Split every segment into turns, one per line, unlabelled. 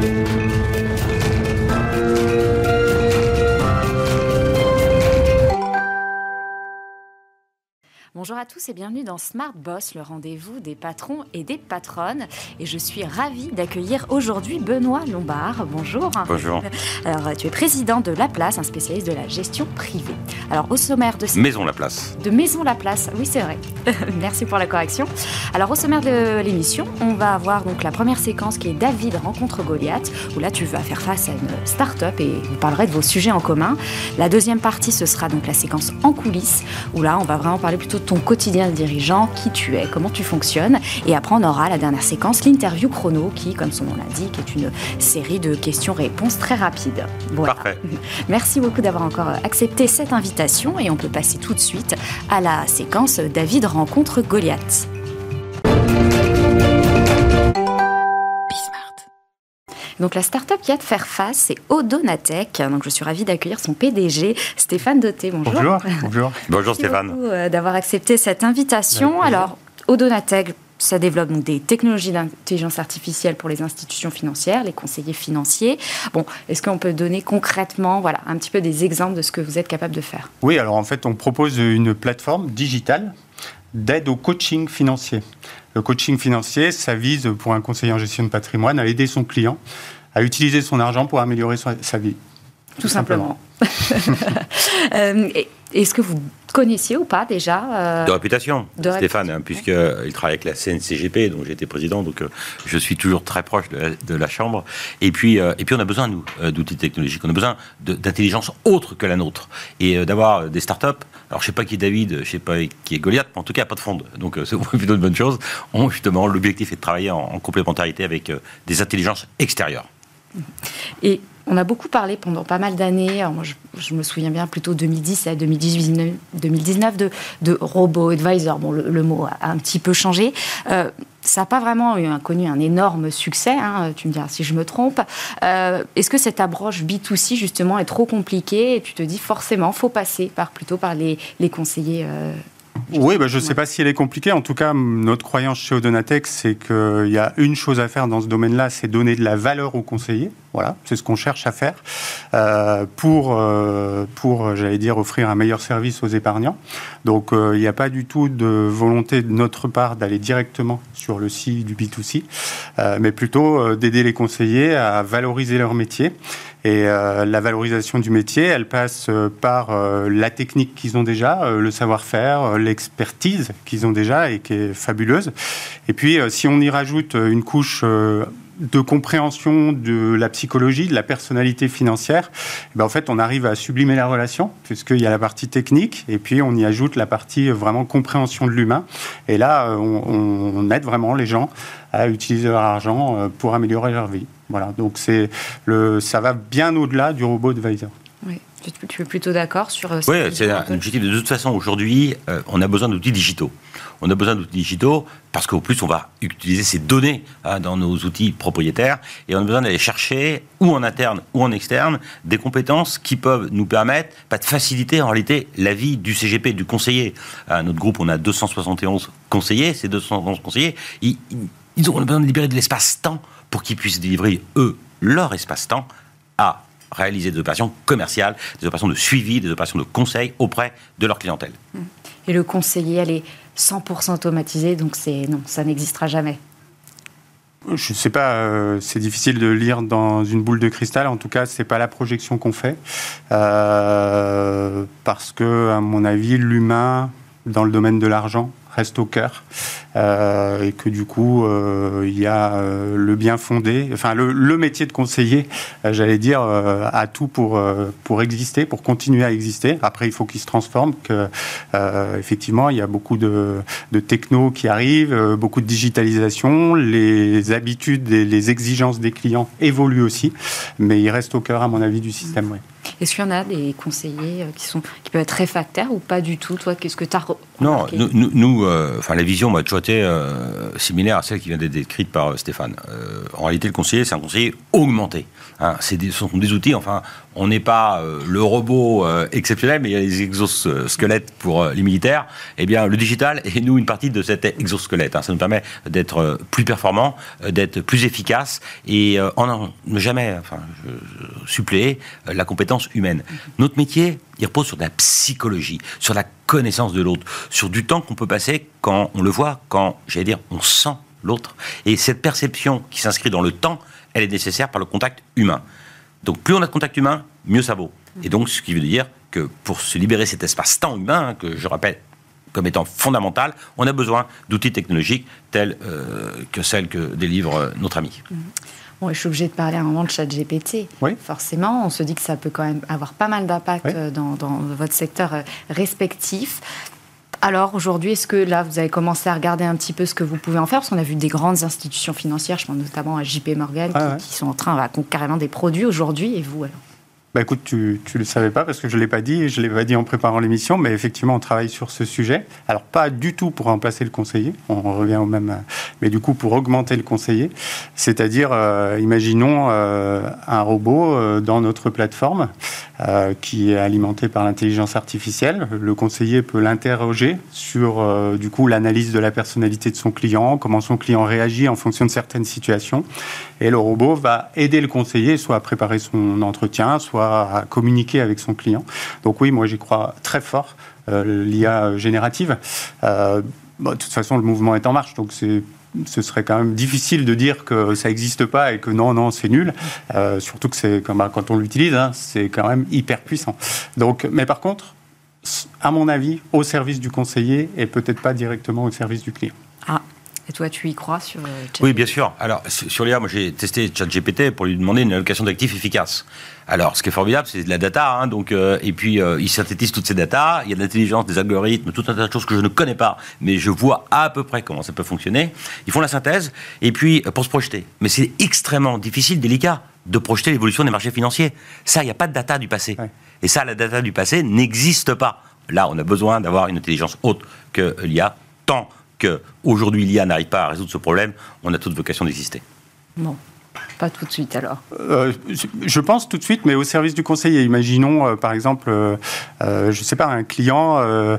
Bonjour à tous et bienvenue dans Smart Boss, le rendez-vous des patrons et des patronnes. Et je suis ravie d'accueillir aujourd'hui Benoît Lombard. Bonjour.
Bonjour.
Alors, tu es président de Laplace, un spécialiste de la gestion privée. Alors, au sommaire de...
Maison Laplace.
De Maison Laplace, oui c'est vrai. Merci pour la correction. Alors, au sommaire de l'émission, on va avoir donc la première séquence qui est David rencontre Goliath, où là tu vas faire face à une start-up et vous parlerez de vos sujets en commun. La deuxième partie, ce sera donc la séquence en coulisses, où là on va vraiment parler plutôt de ton quotidien de dirigeant, qui tu es, comment tu fonctionnes. Et après, on aura la dernière séquence, l'interview chrono, qui, comme son nom l'indique, est une série de questions-réponses très rapides. Voilà.
Parfait.
Merci beaucoup d'avoir encore accepté cette invitation et on peut passer tout de suite à la séquence David rencontre Goliath. Donc la start-up qui a de faire face, c'est Odonatech. Donc je suis ravie d'accueillir son PDG, Stéphane Doté. Bonjour.
Bonjour. Bonjour Stéphane.
Merci beaucoup d'avoir accepté cette invitation. Alors Odonatech, ça développe donc des technologies d'intelligence artificielle pour les institutions financières, les conseillers financiers. Bon, est-ce qu'on peut donner concrètement, voilà, un petit peu des exemples de ce que vous êtes capable de faire ?
Oui, alors en fait, on propose une plateforme digitale d'aide au coaching financier. Le coaching financier, ça vise, pour un conseiller en gestion de patrimoine, à aider son client à utiliser son argent pour améliorer sa vie.
Tout simplement. Est-ce que vous connaissiez ou pas déjà
de réputation, Stéphane, puisqu'il travaille avec la CNCGP, dont j'étais président, donc je suis toujours très proche de la Chambre. Et puis on a besoin, nous, d'outils technologiques. On a besoin d'intelligence autre que la nôtre. Et d'avoir des startups, alors je ne sais pas qui est David, je ne sais pas qui est Goliath, mais en tout cas, pas de fonds. Donc c'est plutôt une bonne chose. Justement, l'objectif est de travailler en complémentarité avec des intelligences extérieures.
Et on a beaucoup parlé pendant pas mal d'années, moi je me souviens bien plutôt 2010 à 2019 de robo-advisor. Bon, le mot a un petit peu changé. Ça n'a pas vraiment connu un énorme succès, hein, tu me diras si je me trompe. Est-ce que cette approche B2C, justement, est trop compliquée et tu te dis forcément, il faut passer plutôt par les conseillers
Oui, je ne sais pas si elle est compliquée. En tout cas, notre croyance chez Odonatech, c'est qu'il y a une chose à faire dans ce domaine-là, c'est donner de la valeur aux conseillers. Voilà, c'est ce qu'on cherche à faire pour j'allais dire, offrir un meilleur service aux épargnants. Donc, il n'y a pas du tout de volonté de notre part d'aller directement sur le site du B2C, mais plutôt d'aider les conseillers à valoriser leur métier. Et la valorisation du métier, elle passe par la technique qu'ils ont déjà, le savoir-faire, l'expertise qu'ils ont déjà et qui est fabuleuse. Et puis, si on y rajoute une couche de compréhension de la psychologie, de la personnalité financière, en fait, on arrive à sublimer la relation, puisqu'il y a la partie technique, et puis on y ajoute la partie vraiment compréhension de l'humain. Et là, on aide vraiment les gens à utiliser leur argent pour améliorer leur vie. Voilà, donc ça va bien au-delà du robot advisor.
Oui. Tu es plutôt d'accord sur
Oui, c'est un objectif. De toute façon, aujourd'hui, on a besoin d'outils digitaux. On a besoin d'outils digitaux parce qu'au plus, on va utiliser ces données dans nos outils propriétaires et on a besoin d'aller chercher, ou en interne ou en externe, des compétences qui peuvent nous permettre de faciliter en réalité la vie du CGP, du conseiller. À notre groupe, on a 271 conseillers. Ces 271 conseillers, ils auront besoin de libérer de l'espace-temps pour qu'ils puissent délivrer, eux, leur espace-temps à réaliser des opérations commerciales, des opérations de suivi, des opérations de conseil auprès de leur clientèle.
Et le conseiller, elle est 100% automatisée, donc non, ça n'existera jamais.
Je ne sais pas, c'est difficile de lire dans une boule de cristal. En tout cas, ce n'est pas la projection qu'on fait. Parce que, à mon avis, l'humain, dans le domaine de l'argent, reste au cœur et que du coup il y a le bien fondé, enfin le métier de conseiller, j'allais dire, a tout pour exister, pour continuer à exister. Après, il faut qu'il se transforme, que effectivement il y a beaucoup de techno qui arrivent, beaucoup de digitalisation, les habitudes et les exigences des clients évoluent aussi, mais il reste au cœur, à mon avis, du système. Ouais.
Est-ce qu'il y en a des conseillers qui peuvent être réfractaires ou pas du tout? Toi, qu'est-ce que tu as remarqué?
Non, la vision m'a toujours été similaire à celle qui vient d'être décrite par Stéphane. En réalité, le conseiller, c'est un conseiller augmenté. Hein, ce sont des outils, on n'est pas le robot exceptionnel, mais il y a les exosquelettes pour les militaires. Eh bien, le digital est, nous, une partie de cet exosquelette. Hein. Ça nous permet d'être plus performants, d'être plus efficaces et ne jamais suppléer la compétence humaine. Notre métier, il repose sur de la psychologie, sur la connaissance de l'autre, sur du temps qu'on peut passer quand on le voit, quand, on sent l'autre. Et cette perception qui s'inscrit dans le temps, elle est nécessaire par le contact humain. Donc, plus on a de contact humain, mieux ça vaut. Et donc, ce qui veut dire que pour se libérer cet espace-temps humain, que je rappelle comme étant fondamental, on a besoin d'outils technologiques tels que celles que délivre notre ami.
Bon, je suis obligée de parler à un moment de ChatGPT.
Oui.
Forcément, on se dit que ça peut quand même avoir pas mal d'impact dans votre secteur respectif. Alors, aujourd'hui, est-ce que là, vous avez commencé à regarder un petit peu ce que vous pouvez en faire? Parce qu'on a vu des grandes institutions financières, je pense notamment à JP Morgan, qui sont en train de carrément des produits aujourd'hui. Et vous, alors?
Écoute, tu le savais pas parce que je l'ai pas dit, et je l'ai pas dit en préparant l'émission, mais effectivement, on travaille sur ce sujet. Alors, pas du tout pour remplacer le conseiller, on revient au même, mais du coup, pour augmenter le conseiller. C'est-à-dire, imaginons un robot dans notre plateforme qui est alimenté par l'intelligence artificielle. Le conseiller peut l'interroger sur, du coup, l'analyse de la personnalité de son client, comment son client réagit en fonction de certaines situations. Et le robot va aider le conseiller soit à préparer son entretien, soit à communiquer avec son client. Donc oui, moi j'y crois très fort, l'IA générative. De toute façon, le mouvement est en marche, donc ce serait quand même difficile de dire que ça n'existe pas et que non, c'est nul. Surtout que c'est quand on l'utilise, c'est quand même hyper puissant. Donc, mais par contre, à mon avis, au service du conseiller et peut-être pas directement au service du client.
Ah. Et toi, tu y crois sur ChatGPT?
Oui, bien sûr. Alors, sur l'IA, moi, j'ai testé ChatGPT pour lui demander une allocation d'actifs efficace. Alors, ce qui est formidable, c'est de la data. Et puis, il synthétise toutes ces datas. Il y a de l'intelligence, des algorithmes, tout un tas de choses que je ne connais pas, mais je vois à peu près comment ça peut fonctionner. Ils font la synthèse, et puis, pour se projeter. Mais c'est extrêmement difficile, délicat, de projeter l'évolution des marchés financiers. Ça, il n'y a pas de data du passé. Ouais. Et ça, la data du passé n'existe pas. Là, on a besoin d'avoir une intelligence haute que l'IA, tant qu'aujourd'hui l'IA n'arrive pas à résoudre ce problème, on a toute vocation d'exister.
Bon, pas tout de suite alors.
Je pense tout de suite, mais au service du conseiller. Imaginons, par exemple, je ne sais pas, un client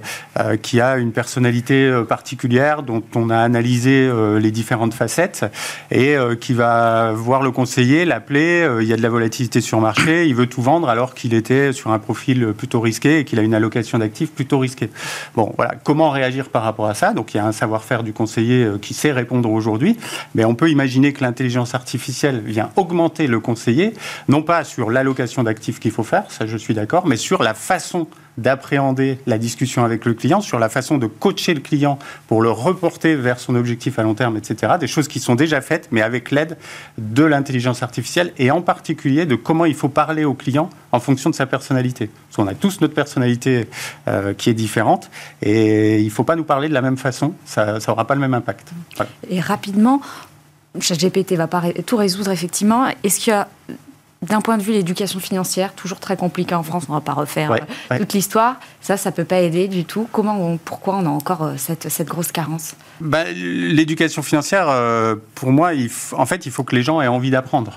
qui a une personnalité particulière dont on a analysé les différentes facettes et qui va voir le conseiller, l'appeler, il y a de la volatilité sur le marché, il veut tout vendre alors qu'il était sur un profil plutôt risqué et qu'il a une allocation d'actifs plutôt risquée. Bon, voilà, comment réagir par rapport à ça? Donc il y a un savoir-faire du conseiller qui sait répondre aujourd'hui, mais on peut imaginer que l'intelligence artificielle vient augmenter le conseiller, non pas sur l'allocation d'actifs qu'il faut faire, ça je suis d'accord, mais sur la façon d'appréhender la discussion avec le client, sur la façon de coacher le client pour le reporter vers son objectif à long terme, etc. Des choses qui sont déjà faites, mais avec l'aide de l'intelligence artificielle et en particulier de comment il faut parler au client en fonction de sa personnalité. Parce qu'on a tous notre personnalité qui est différente et il ne faut pas nous parler de la même façon, ça n'aura pas le même impact. Voilà.
Et rapidement, ChatGPT va pas tout résoudre, effectivement. Est-ce qu'il y a, d'un point de vue de l'éducation financière, toujours très compliqué en France, on ne va pas refaire toute l'histoire, ça ne peut pas aider du tout. Pourquoi on a encore cette grosse carence?
L'éducation financière, pour moi, il faut que les gens aient envie d'apprendre.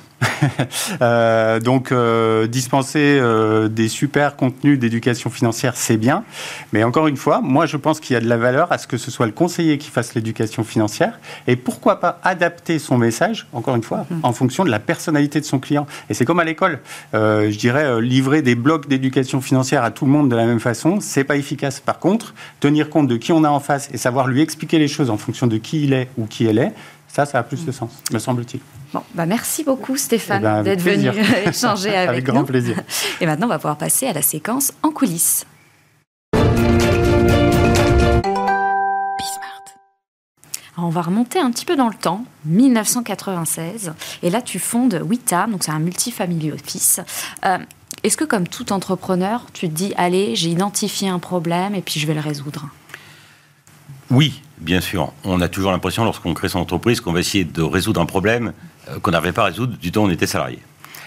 Donc, dispenser des super contenus d'éducation financière, c'est bien. Mais encore une fois, moi, je pense qu'il y a de la valeur à ce que ce soit le conseiller qui fasse l'éducation financière. Et pourquoi pas adapter son message, encore une fois, en fonction de la personnalité de son client. Et c'est comme à l'école. Je dirais, livrer des blocs d'éducation financière à tout le monde de la même façon, c'est pas efficace. Par contre, tenir compte de qui on a en face et savoir lui expliquer les choses en fonction de qui il est ou qui elle est, ça a plus de sens, me semble-t-il.
Bon, merci beaucoup Stéphane d'être venu échanger avec nous.
Avec grand plaisir.
Et maintenant, on va pouvoir passer à la séquence en coulisses. Alors, on va remonter un petit peu dans le temps, 1996. Et là, tu fondes Witam, donc c'est un multifamily office. Est-ce que, comme tout entrepreneur, tu te dis, allez, j'ai identifié un problème et puis je vais le résoudre?
Oui, bien sûr. On a toujours l'impression, lorsqu'on crée son entreprise, qu'on va essayer de résoudre un problème qu'on n'arrivait pas à résoudre du temps où on était salarié.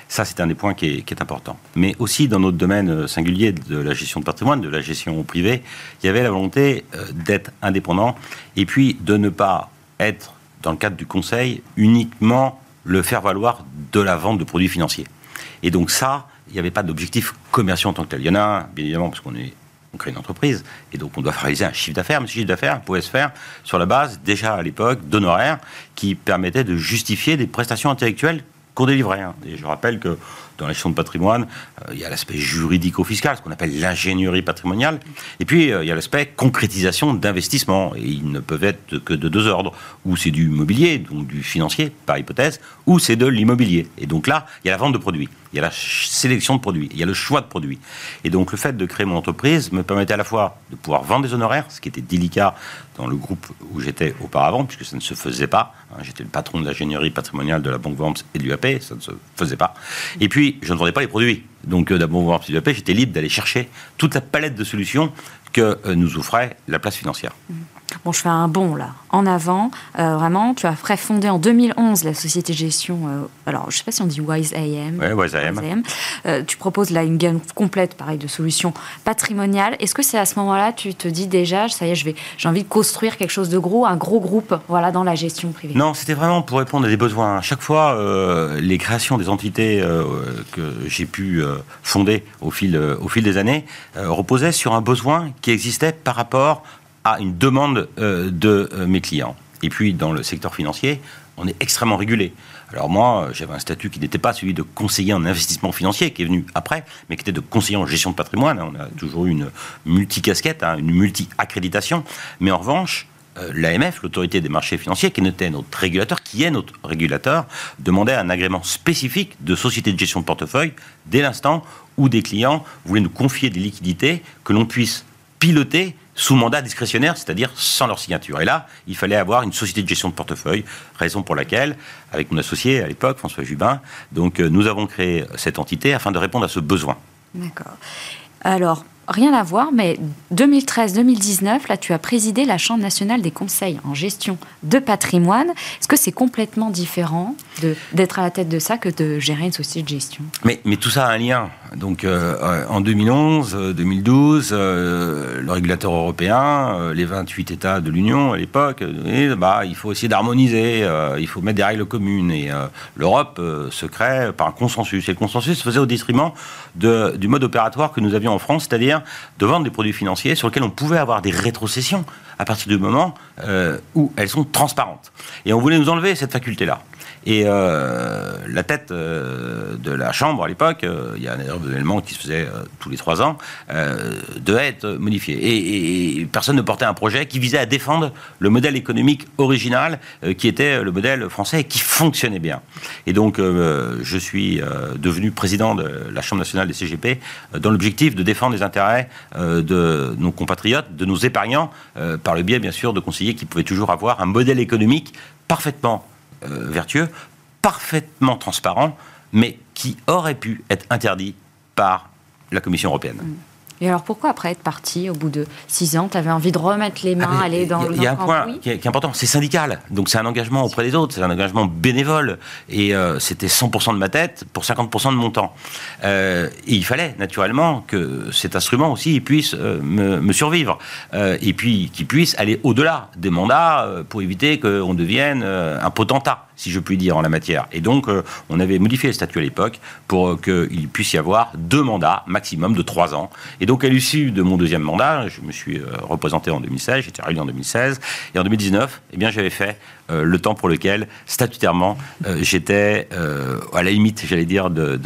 Ça, c'est un des points qui est important. Mais aussi, dans notre domaine singulier de la gestion de patrimoine, de la gestion privée, il y avait la volonté d'être indépendant et puis de ne pas être, dans le cadre du conseil, uniquement le faire-valoir de la vente de produits financiers. Et donc ça, il n'y avait pas d'objectif commercial en tant que tel. Il y en a un, bien évidemment, parce qu'on crée une entreprise, et donc on doit réaliser un chiffre d'affaires, mais ce chiffre d'affaires pouvait se faire sur la base, déjà à l'époque, d'honoraires qui permettaient de justifier des prestations intellectuelles qu'on délivrait. Et je rappelle que dans la gestion de patrimoine, il y a l'aspect juridico-fiscal, ce qu'on appelle l'ingénierie patrimoniale, et puis il y a l'aspect concrétisation d'investissement, et ils ne peuvent être que de deux ordres, ou c'est du mobilier, donc du financier, par hypothèse, ou c'est de l'immobilier. Et donc là, il y a la vente de produits, il y a la sélection de produits, il y a le choix de produits. Et donc le fait de créer mon entreprise me permettait à la fois de pouvoir vendre des honoraires, ce qui était délicat dans le groupe où j'étais auparavant, puisque ça ne se faisait pas. J'étais le patron de l'ingénierie patrimoniale de la Banque Worms et de l'UAP, ça ne se faisait pas. Et puis, je ne vendais pas les produits. Donc, de la Banque Worms et de l'UAP, j'étais libre d'aller chercher toute la palette de solutions que nous offrait la place financière.
Bon, je fais un bond là, en avant. Vraiment, tu as fondé en 2011 la société de gestion. Alors, je ne sais pas si on dit Wise AM.
Oui, Wise AM.
Tu proposes là une gamme complète, pareil, de solutions patrimoniales. Est-ce que c'est à ce moment-là, tu te dis déjà, ça y est, j'ai envie de construire quelque chose de gros, un gros groupe, voilà, dans la gestion privée?
Non, c'était vraiment pour répondre à des besoins. Chaque fois, les créations des entités que j'ai pu fonder au fil des années reposaient sur un besoin qui existait par rapport à une demande de mes clients. Et puis, dans le secteur financier, on est extrêmement régulé. Alors moi, j'avais un statut qui n'était pas celui de conseiller en investissement financier, qui est venu après, mais qui était de conseiller en gestion de patrimoine. On a toujours eu une multicasquette, une multi-accréditation. Mais en revanche, l'AMF, l'autorité des marchés financiers, qui est notre régulateur, demandait un agrément spécifique de société de gestion de portefeuille dès l'instant où des clients voulaient nous confier des liquidités que l'on puisse piloter sous mandat discrétionnaire, c'est-à-dire sans leur signature. Et là, il fallait avoir une société de gestion de portefeuille, raison pour laquelle, avec mon associé à l'époque, François Jubin, donc nous avons créé cette entité afin de répondre à ce besoin.
D'accord. Alors, rien à voir, mais 2013-2019, là, tu as présidé la Chambre nationale des conseils en gestion de patrimoine. Est-ce que c'est complètement différent d'être à la tête de ça que de gérer une société de gestion? Mais
tout ça a un lien. Donc, en 2011, 2012, le régulateur européen, les 28 États de l'Union à l'époque, il faut essayer d'harmoniser, il faut mettre des règles communes. Et l'Europe se crée par un consensus. Et le consensus se faisait au détriment du mode opératoire que nous avions en France, c'est-à-dire de vendre des produits financiers sur lesquels on pouvait avoir des rétrocessions à partir du moment où elles sont transparentes. Et on voulait nous enlever cette faculté-là. Et la tête de la Chambre, à l'époque, il y a un événement qui se faisait tous les 3 ans, devait être modifié. Et personne ne portait un projet qui visait à défendre le modèle économique original, qui était le modèle français et qui fonctionnait bien. Et donc, je suis devenu président de la Chambre nationale des CGP dans l'objectif de défendre les intérêts de nos compatriotes, de nos épargnants, par le biais, bien sûr, de conseillers qui pouvaient toujours avoir un modèle économique parfaitement vertueux, parfaitement transparent, mais qui aurait pu être interdit par la Commission européenne.
Et alors pourquoi, après être parti, au bout de 6 ans, tu avais envie de remettre les mains, aller dans le...
Il y a un point qui est important, c'est syndical. Donc c'est un engagement auprès des autres, c'est un engagement bénévole. Et c'était 100% de ma tête pour 50% de mon temps. Et il fallait, naturellement, que cet instrument aussi puisse me survivre. Et puis qu'il puisse aller au-delà des mandats pour éviter qu'on devienne un potentat, si je puis dire, en la matière. Et donc, on avait modifié le statut à l'époque pour qu'il puisse y avoir 2 mandats maximum de 3 ans. Et donc, à l'issue de mon 2e mandat, je me suis représenté en 2016, j'étais réélu en 2016, et en 2019, j'avais fait le temps pour lequel, statutairement, j'étais à la limite, j'allais dire, de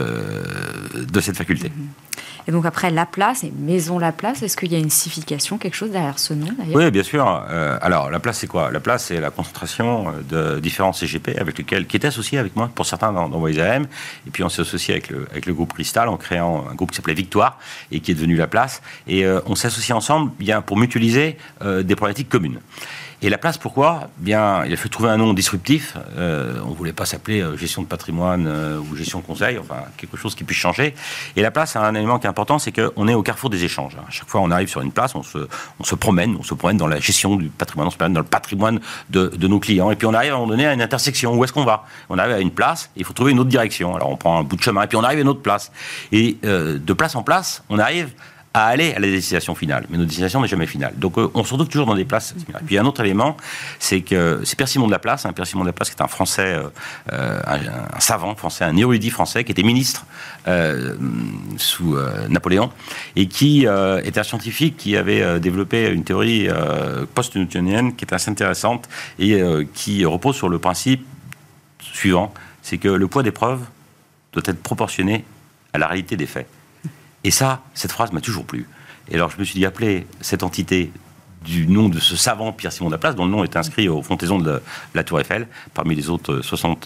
cette faculté.
Et donc après, Laplace et Maison Laplace, est-ce qu'il y a une signification, quelque chose derrière ce nom d'ailleurs?
Oui, bien sûr. Alors, Laplace, c'est quoi? Laplace, c'est la concentration de différents CGP qui étaient associés avec moi, pour certains dans Wise AM. Et puis on s'est associé avec le groupe Cristal en créant un groupe qui s'appelait Victoire et qui est devenu Laplace. Et on s'est associé ensemble bien pour mutualiser des problématiques communes. Et la place, pourquoi ? Bien, il a fallu trouver un nom disruptif. On ne voulait pas s'appeler gestion de patrimoine ou gestion de conseil, enfin quelque chose qui puisse changer. Et la place a un élément qui est important, c'est qu'on est au carrefour des échanges. À chaque fois, on arrive sur une place, on se promène dans la gestion du patrimoine, on se promène dans le patrimoine de nos clients. Et puis on arrive à un moment donné à une intersection. Où est-ce qu'on va ? On arrive à une place, il faut trouver une autre direction. Alors on prend un bout de chemin et puis on arrive à une autre place. Et de place en place, on arrive à aller à la destination finale. Mais notre destination n'est jamais finale. Donc on se retrouve toujours dans des places similaires. Puis un autre élément, c'est que c'est Persimon de Laplace, Persimon de Laplace qui est un Français, un savant français, un érudit français, qui était ministre sous Napoléon, et qui était un scientifique qui avait développé une théorie post-newtonienne qui est assez intéressante et qui repose sur le principe suivant, c'est que le poids des preuves doit être proportionné à la réalité des faits. Et ça, cette phrase m'a toujours plu. Et alors, je me suis dit, appeler cette entité du nom de ce savant Pierre-Simon de Laplace, dont le nom est inscrit au frontaison de la Tour Eiffel, parmi les autres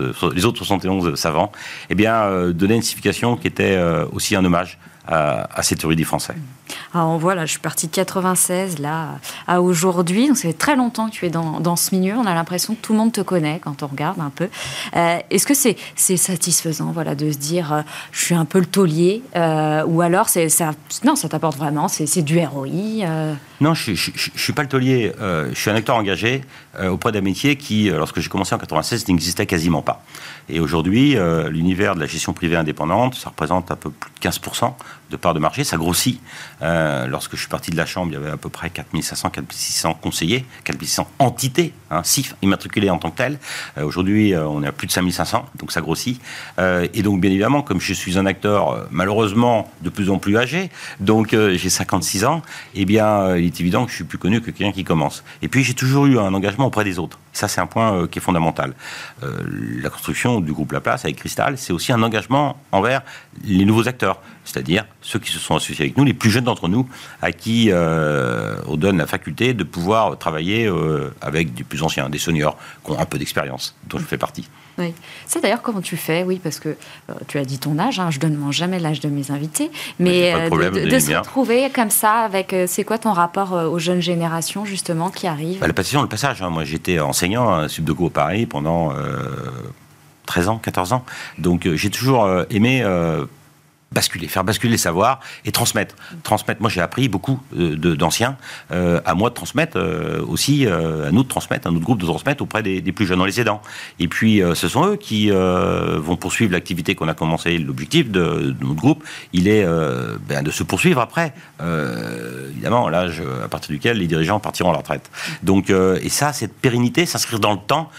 71 savants, eh bien, donner une signification qui était aussi un hommage à cet érudit français.
Alors on voit, là, je suis partie de 96 là, à aujourd'hui, donc ça fait très longtemps que tu es dans ce milieu, on a l'impression que tout le monde te connaît quand on regarde un peu. Est-ce que c'est satisfaisant, voilà, de se dire je suis un peu le taulier, ou alors non, ça t'apporte vraiment, c'est du ROI
Non, je suis pas le taulier, je suis un acteur engagé auprès d'un métier qui, lorsque j'ai commencé en 96, n'existait quasiment pas. Et aujourd'hui, l'univers de la gestion privée indépendante, ça représente un peu plus de 15% de part de marché, ça grossit. Lorsque je suis parti de la Chambre, il y avait à peu près 4500, 4600 conseillers, 4600 entités, CIF, immatriculées en tant que telles. Aujourd'hui, on est à plus de 5500, donc ça grossit. Et donc, bien évidemment, comme je suis un acteur, malheureusement, de plus en plus âgé, donc j'ai 56 ans, eh bien, il est évident que je suis plus connu que quelqu'un qui commence. Et puis, j'ai toujours eu un engagement auprès des autres. Ça, c'est un point qui est fondamental. La construction du groupe Laplace avec Cristal, c'est aussi un engagement envers les nouveaux acteurs, c'est-à-dire ceux qui se sont associés avec nous, les plus jeunes d'entre nous, à qui on donne la faculté de pouvoir travailler avec des plus anciens, des seniors, qui ont un peu d'expérience, dont je fais partie.
Oui. Ça d'ailleurs, comment tu fais ? Oui, parce que tu as dit ton âge, je ne demande jamais l'âge de mes invités, mais de se retrouver comme ça, avec, c'est quoi ton rapport aux jeunes générations, justement, qui arrivent ?
Le passage. Moi, j'étais enseignant à Subdeco à Paris pendant 13 ans, 14 ans, donc j'ai toujours aimé... faire basculer les savoirs et transmettre. Moi, j'ai appris beaucoup d'anciens, à moi de transmettre aussi, à nous de transmettre, à notre groupe de transmettre auprès des plus jeunes en les aidant. Et puis, ce sont eux qui vont poursuivre l'activité qu'on a commencée. L'objectif de notre groupe, il est de se poursuivre après. Évidemment, l'âge à partir duquel les dirigeants partiront à la retraite. Donc, et ça, cette pérennité, s'inscrire dans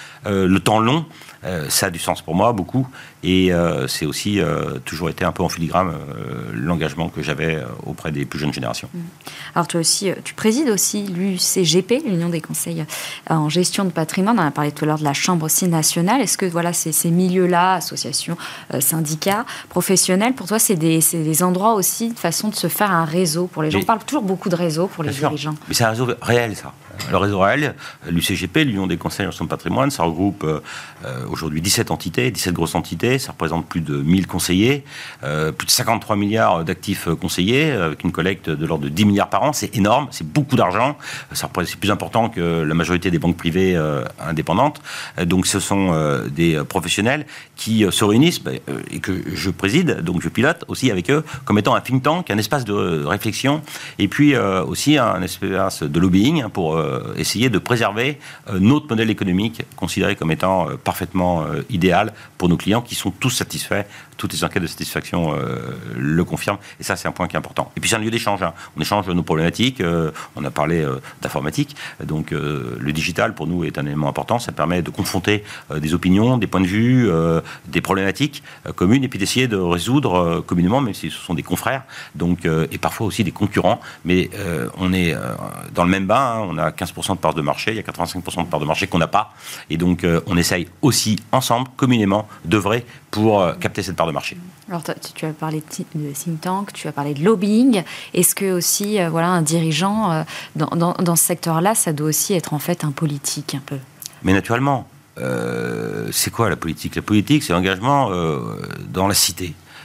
le temps long, ça a du sens pour moi, beaucoup. Et c'est aussi toujours été un peu en filigrane l'engagement que j'avais auprès des plus jeunes générations.
Alors toi aussi, tu présides aussi l'UCGP, l'Union des conseils en gestion de patrimoine. On a parlé tout à l'heure de la Chambre aussi nationale. Est-ce que voilà, ces milieux-là, associations, syndicats, professionnels, pour toi, c'est des endroits aussi, de façon de se faire un réseau pour les gens ? On parle toujours beaucoup de réseau pour les dirigeants.
Mais c'est un réseau réel, ça. Le réseau réel, l'UCGP, l'Union des conseils en gestion de patrimoine, ça regroupe aujourd'hui 17 entités, 17 grosses entités. Ça représente plus de 1000 conseillers, plus de 53 milliards d'actifs conseillés, avec une collecte de l'ordre de 10 milliards par an. C'est énorme, c'est beaucoup d'argent. C'est plus important que la majorité des banques privées indépendantes. Donc ce sont des professionnels qui se réunissent et que je préside, donc je pilote aussi avec eux, comme étant un think tank, un espace de réflexion, et puis aussi un espace de lobbying pour essayer de préserver notre modèle économique, considéré comme étant parfaitement idéal pour nos clients qui sont tous satisfaits. Toutes les enquêtes de satisfaction le confirment. Et ça, c'est un point qui est important. Et puis, c'est un lieu d'échange. On échange nos problématiques. On a parlé d'informatique. Donc, le digital, pour nous, est un élément important. Ça permet de confronter des opinions, des points de vue, des problématiques communes, et puis d'essayer de résoudre communément, même si ce sont des confrères, donc, et parfois aussi des concurrents. Mais on est dans le même bain. On a 15% de part de marché. Il y a 85% de part de marché qu'on n'a pas. Et donc, on essaye aussi, ensemble, communément, d'œuvrer pour capter cette part de marché.
Alors, tu as parlé de think tank, tu as parlé de lobbying. Est-ce que aussi, un dirigeant dans ce secteur-là, ça doit aussi être en fait un politique un peu ?
Mais naturellement, c'est quoi la politique ? La politique, c'est l'engagement dans la cité.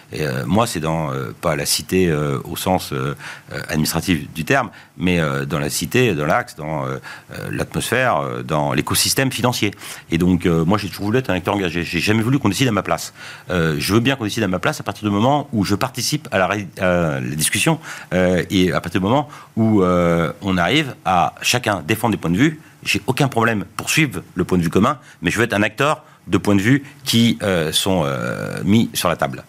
Et moi, c'est dans, pas la cité au sens administratif du terme, mais dans la cité, dans l'axe, dans l'atmosphère, dans l'écosystème financier. Et donc, moi, j'ai toujours voulu être un acteur engagé. J'ai jamais voulu qu'on décide à ma place. Je veux bien qu'on décide à ma place à partir du moment où je participe à la discussion et à partir du moment où on arrive à chacun défendre des points de vue. J'ai aucun problème pour suivre le point de vue commun, mais je veux être un acteur de points de vue qui sont mis sur la table.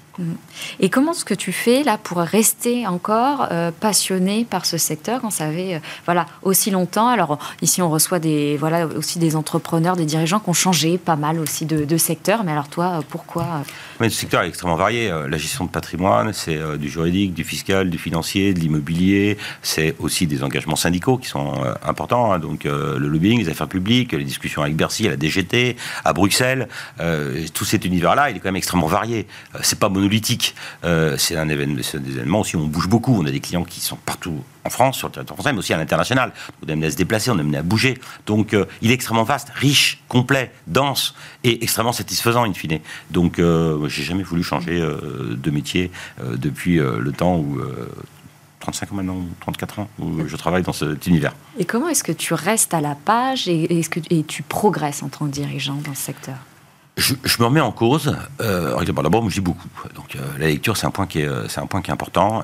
Et comment est-ce que tu fais là pour rester encore passionné par ce secteur quand ça avait aussi longtemps? Alors ici on reçoit aussi des entrepreneurs, des dirigeants qui ont changé pas mal aussi de secteur. Mais alors toi, pourquoi?
Mais le secteur est extrêmement varié. La gestion de patrimoine, c'est du juridique, du fiscal, du financier, de l'immobilier. C'est aussi des engagements syndicaux qui sont importants. Donc le lobbying, les affaires publiques, les discussions avec Bercy, à la DGT, à Bruxelles. Tout cet univers-là, il est quand même extrêmement varié. C'est pas monolithique. C'est des événements aussi où on bouge beaucoup. On a des clients qui sont partout en France, sur le territoire français, mais aussi à l'international. On est amené à se déplacer, on est amené à bouger. Donc, il est extrêmement vaste, riche, complet, dense et extrêmement satisfaisant, in fine. Donc, j'ai jamais voulu changer de métier depuis le temps où... 35 ans maintenant, 34 ans, où je travaille dans cet univers.
Et comment est-ce que tu restes à la page et tu progresses en tant que dirigeant dans ce secteur?
Je me remets en cause. D'abord, moi, je lis beaucoup. Donc, la lecture, c'est un point qui est important.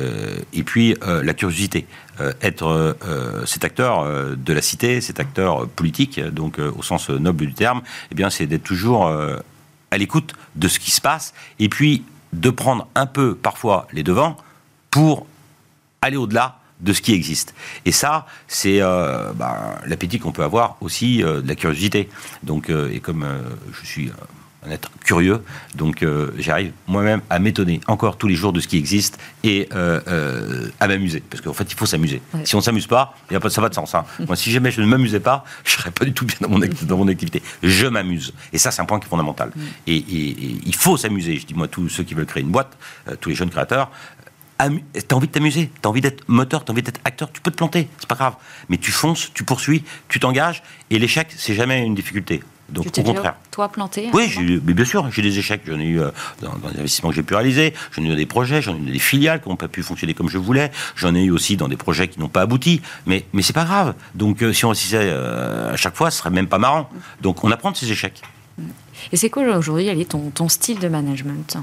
Et puis, la curiosité. Être cet acteur de la cité, cet acteur politique, donc au sens noble du terme, eh bien, c'est d'être toujours à l'écoute de ce qui se passe. Et puis, de prendre un peu, parfois, les devants pour aller au-delà de ce qui existe. Et ça, c'est l'appétit qu'on peut avoir aussi de la curiosité. Donc, et comme je suis un être curieux, donc j'arrive moi-même à m'étonner encore tous les jours de ce qui existe et à m'amuser. Parce qu'en fait, il faut s'amuser. Ouais. Si on ne s'amuse pas, ça n'a pas de sens. Moi, si jamais je ne m'amusais pas, je ne serais pas du tout bien dans mon activité. Je m'amuse. Et ça, c'est un point qui est fondamental. Et il faut s'amuser. Je dis, moi, tous ceux qui veulent créer une boîte, tous les jeunes créateurs, t'as envie de t'amuser, t'as envie d'être moteur, t'as envie d'être acteur, tu peux te planter, c'est pas grave. Mais tu fonces, tu poursuis, tu t'engages, et l'échec, c'est jamais une difficulté. Donc, au contraire.
Toi, planté?
Oui, mais bien sûr, j'ai des échecs. J'en ai eu dans les investissements que j'ai pu réaliser, j'en ai eu dans des projets, j'en ai eu dans des filiales qui n'ont pas pu fonctionner comme je voulais, j'en ai eu aussi dans des projets qui n'ont pas abouti, mais c'est pas grave. Donc, si on réussissait à chaque fois, ce serait même pas marrant. Donc, on apprend de ces échecs.
Et c'est quoi aujourd'hui, quel est ton style de management?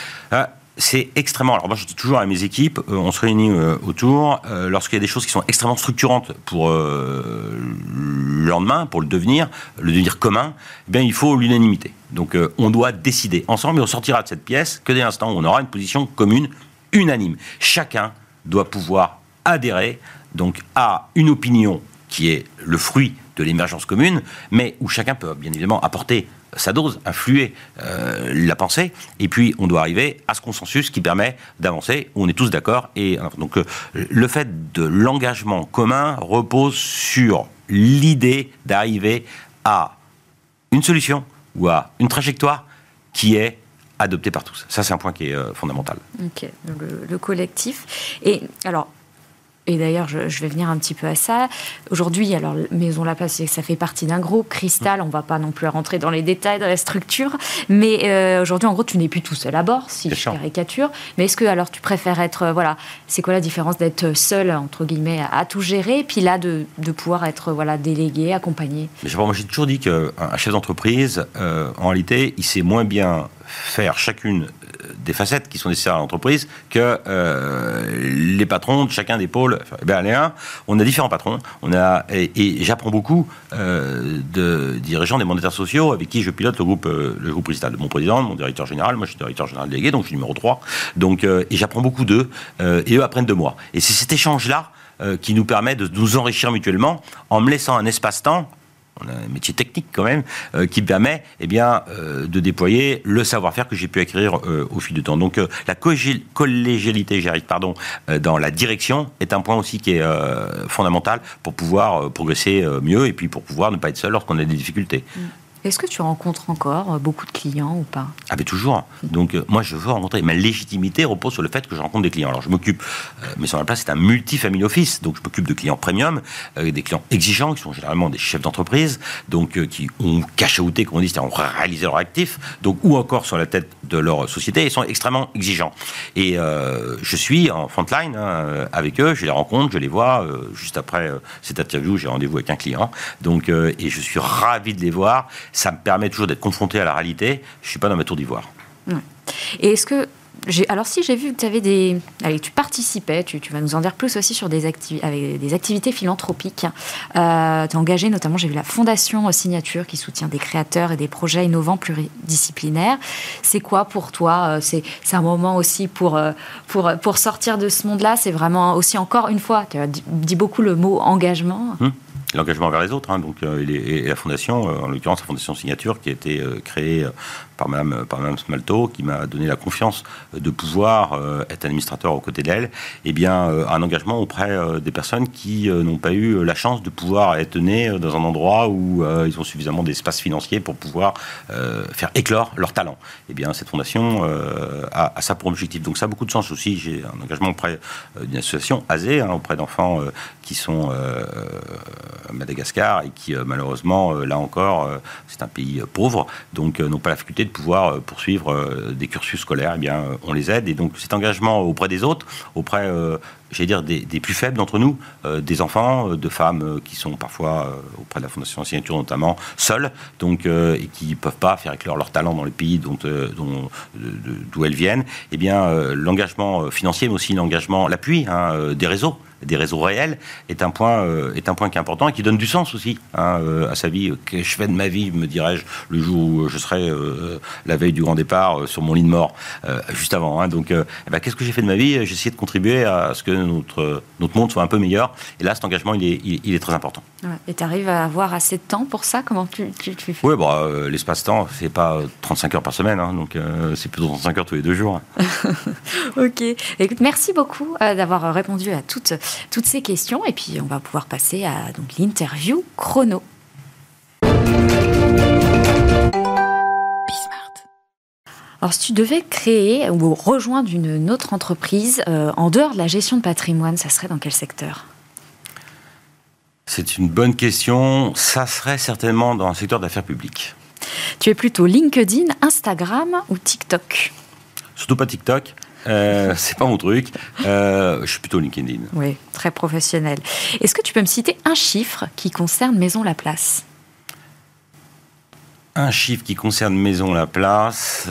C'est extrêmement... Alors moi, je dis toujours à mes équipes, on se réunit autour, lorsqu'il y a des choses qui sont extrêmement structurantes pour le lendemain, pour le devenir commun, eh bien, il faut l'unanimité. Donc, on doit décider ensemble et on sortira de cette pièce que dès l'instant où on aura une position commune, unanime. Chacun doit pouvoir adhérer donc, à une opinion qui est le fruit de l'émergence commune, mais où chacun peut bien évidemment apporter sa dose, influer la pensée, et puis on doit arriver à ce consensus qui permet d'avancer, où on est tous d'accord. Et donc le fait de l'engagement commun repose sur l'idée d'arriver à une solution ou à une trajectoire qui est adoptée par tous. Ça, c'est un point qui est fondamental.
Ok, le collectif. Et alors, et d'ailleurs, je vais venir un petit peu à ça. Aujourd'hui, alors, Maison La Place, ça fait partie d'un groupe. Cristal, on ne va pas non plus rentrer dans les détails de la structure. Mais aujourd'hui, en gros, tu n'es plus tout seul à bord, si je caricature. Mais est-ce que, alors, tu préfères être... c'est quoi la différence d'être seul, entre guillemets, à tout gérer, puis là, de pouvoir être délégué, accompagné?
Moi, j'ai toujours dit qu'un chef d'entreprise, en réalité, il sait moins bien faire chacune des facettes qui sont nécessaires à l'entreprise que les patrons de chacun des pôles. On a différents patrons. Et j'apprends beaucoup de dirigeants des mandataires sociaux avec qui je pilote le groupe Cristal. De mon président, de mon directeur général. Moi, je suis directeur général délégué, donc je suis numéro 3. Donc, et j'apprends beaucoup d'eux, et eux apprennent de moi. Et c'est cet échange-là qui nous permet de nous enrichir mutuellement en me laissant un espace-temps. On a un métier technique quand même, qui permet de déployer le savoir-faire que j'ai pu acquérir au fil du temps. Donc la collégialité, dans la direction est un point aussi qui est fondamental pour pouvoir progresser mieux et puis pour pouvoir ne pas être seul lorsqu'on a des difficultés.
Est-ce que tu rencontres encore beaucoup de clients ou pas?
Ah, mais toujours. Donc, moi, je veux rencontrer. Ma légitimité repose sur le fait que je rencontre des clients. Alors, je m'occupe, Maison Laplace, c'est un multi-family office. Donc, je m'occupe de clients premium, des clients exigeants, qui sont généralement des chefs d'entreprise, donc qui ont cash-outé, comme on dit, c'est-à-dire ont réalisé leur actif, donc, ou encore sur la tête de leur société, ils sont extrêmement exigeants. Et je suis en frontline avec eux, je les rencontre, je les vois. Juste après cette interview, j'ai rendez-vous avec un client. Donc, et je suis ravi de les voir. Ça me permet toujours d'être confronté à la réalité. Je ne suis pas dans ma tour d'ivoire.
Ouais. Et est-ce que... Alors si j'ai vu que tu avais des... Allez, tu participais, tu vas nous en dire plus aussi sur avec des activités philanthropiques. Tu es engagé, notamment, j'ai vu la Fondation Signature qui soutient des créateurs et des projets innovants pluridisciplinaires. C'est quoi pour toi? C'est un moment aussi pour sortir de ce monde-là. C'est vraiment aussi, encore une fois, tu as dit beaucoup le mot engagement.
L'engagement vers les autres, donc, et la Fondation, en l'occurrence la Fondation Signature, qui a été créée par Madame Smalto, qui m'a donné la confiance de pouvoir être administrateur aux côtés d'elle, eh bien, un engagement auprès des personnes qui n'ont pas eu la chance de pouvoir être nées dans un endroit où ils ont suffisamment d'espace financier pour pouvoir faire éclore leur talent. Eh bien, cette fondation a ça pour objectif. Donc, ça a beaucoup de sens aussi. J'ai un engagement auprès d'une association, ASE, auprès d'enfants qui sont à Madagascar et qui, malheureusement, là encore, c'est un pays pauvre, donc n'ont pas la faculté de pouvoir poursuivre des cursus scolaires. Eh bien, on les aide. Et donc, cet engagement auprès des autres, auprès, j'allais dire, des plus faibles d'entre nous, des enfants, de femmes qui sont parfois, auprès de la Fondation Signature notamment, seules, donc, et qui ne peuvent pas faire éclore leur talent dans les pays d'où elles viennent, eh bien, l'engagement financier, mais aussi l'engagement, l'appui des réseaux réels, est un point qui est important et qui donne du sens aussi à sa vie. Que je fais de ma vie, me dirais-je, le jour où je serai la veille du grand départ sur mon lit de mort, juste avant. Donc, qu'est-ce que j'ai fait de ma vie? J'ai essayé de contribuer à ce que notre monde soit un peu meilleur. Et là, cet engagement, il est très important.
Ouais. Et tu arrives à avoir assez de temps pour ça? Comment tu fais?
Oui, l'espace-temps, c'est pas 35 heures par semaine, donc c'est plutôt 35 heures tous les 2 jours.
Ok. Écoute, merci beaucoup d'avoir répondu à toutes ces questions. Et puis, on va pouvoir passer à l'interview chrono. Alors, si tu devais créer ou rejoindre une autre entreprise en dehors de la gestion de patrimoine, ça serait dans quel secteur?
C'est une bonne question. Ça serait certainement dans un secteur d'affaires publiques.
Tu es plutôt LinkedIn, Instagram ou TikTok?
Surtout pas TikTok. C'est pas mon truc. Je suis plutôt LinkedIn.
Oui, très professionnel. Est-ce que tu peux me citer un chiffre qui concerne Maison Laplace?
Un chiffre qui concerne Maison Laplace.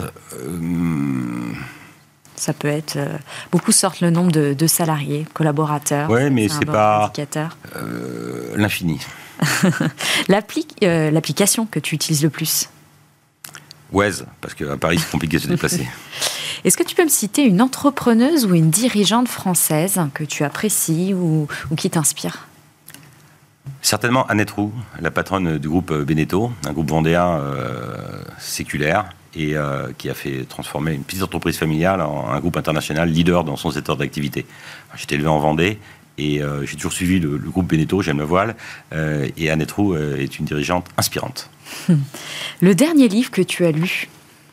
Ça peut être... beaucoup sortent le nombre de salariés, collaborateurs.
Oui, mais c'est pas...
indicateur.
L'infini.
L'application que tu utilises le plus?
Waze, parce qu'à Paris, c'est compliqué de se déplacer.
Est-ce que tu peux me citer une entrepreneuse ou une dirigeante française que tu apprécies ou qui t'inspire?
Certainement Annette Roux, la patronne du groupe Beneteau, un groupe vendéen séculaire et qui a fait transformer une petite entreprise familiale en un groupe international leader dans son secteur d'activité. J'étais élevé en Vendée et j'ai toujours suivi le groupe Beneteau, j'aime la voile, et Annette Roux est une dirigeante inspirante.
Le dernier livre que tu as lu?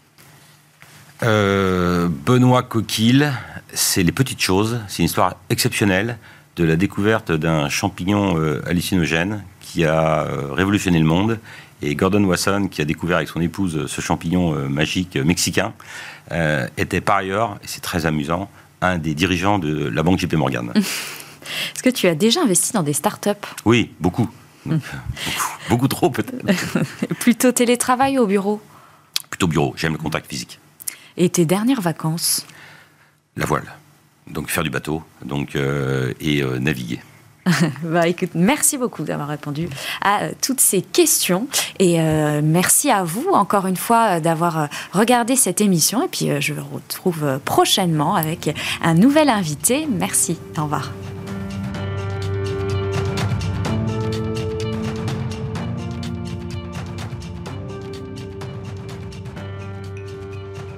Benoît Coquille, c'est Les Petites Choses. C'est une histoire exceptionnelle de la découverte d'un champignon hallucinogène qui a révolutionné le monde. Et Gordon Wasson, qui a découvert avec son épouse ce champignon magique mexicain, était par ailleurs, et c'est très amusant, un des dirigeants de la banque JP Morgan.
Est-ce que tu as déjà investi dans des startups?
Oui, beaucoup. Beaucoup trop peut-être.
Plutôt télétravail ou au bureau?
Plutôt bureau, j'aime le contact physique.
Et tes dernières vacances?
La voile. Donc faire du bateau et naviguer.
Écoute, merci beaucoup d'avoir répondu à toutes ces questions. Et merci à vous, encore une fois, d'avoir regardé cette émission. Et puis, je vous retrouve prochainement avec un nouvel invité. Merci. Au revoir.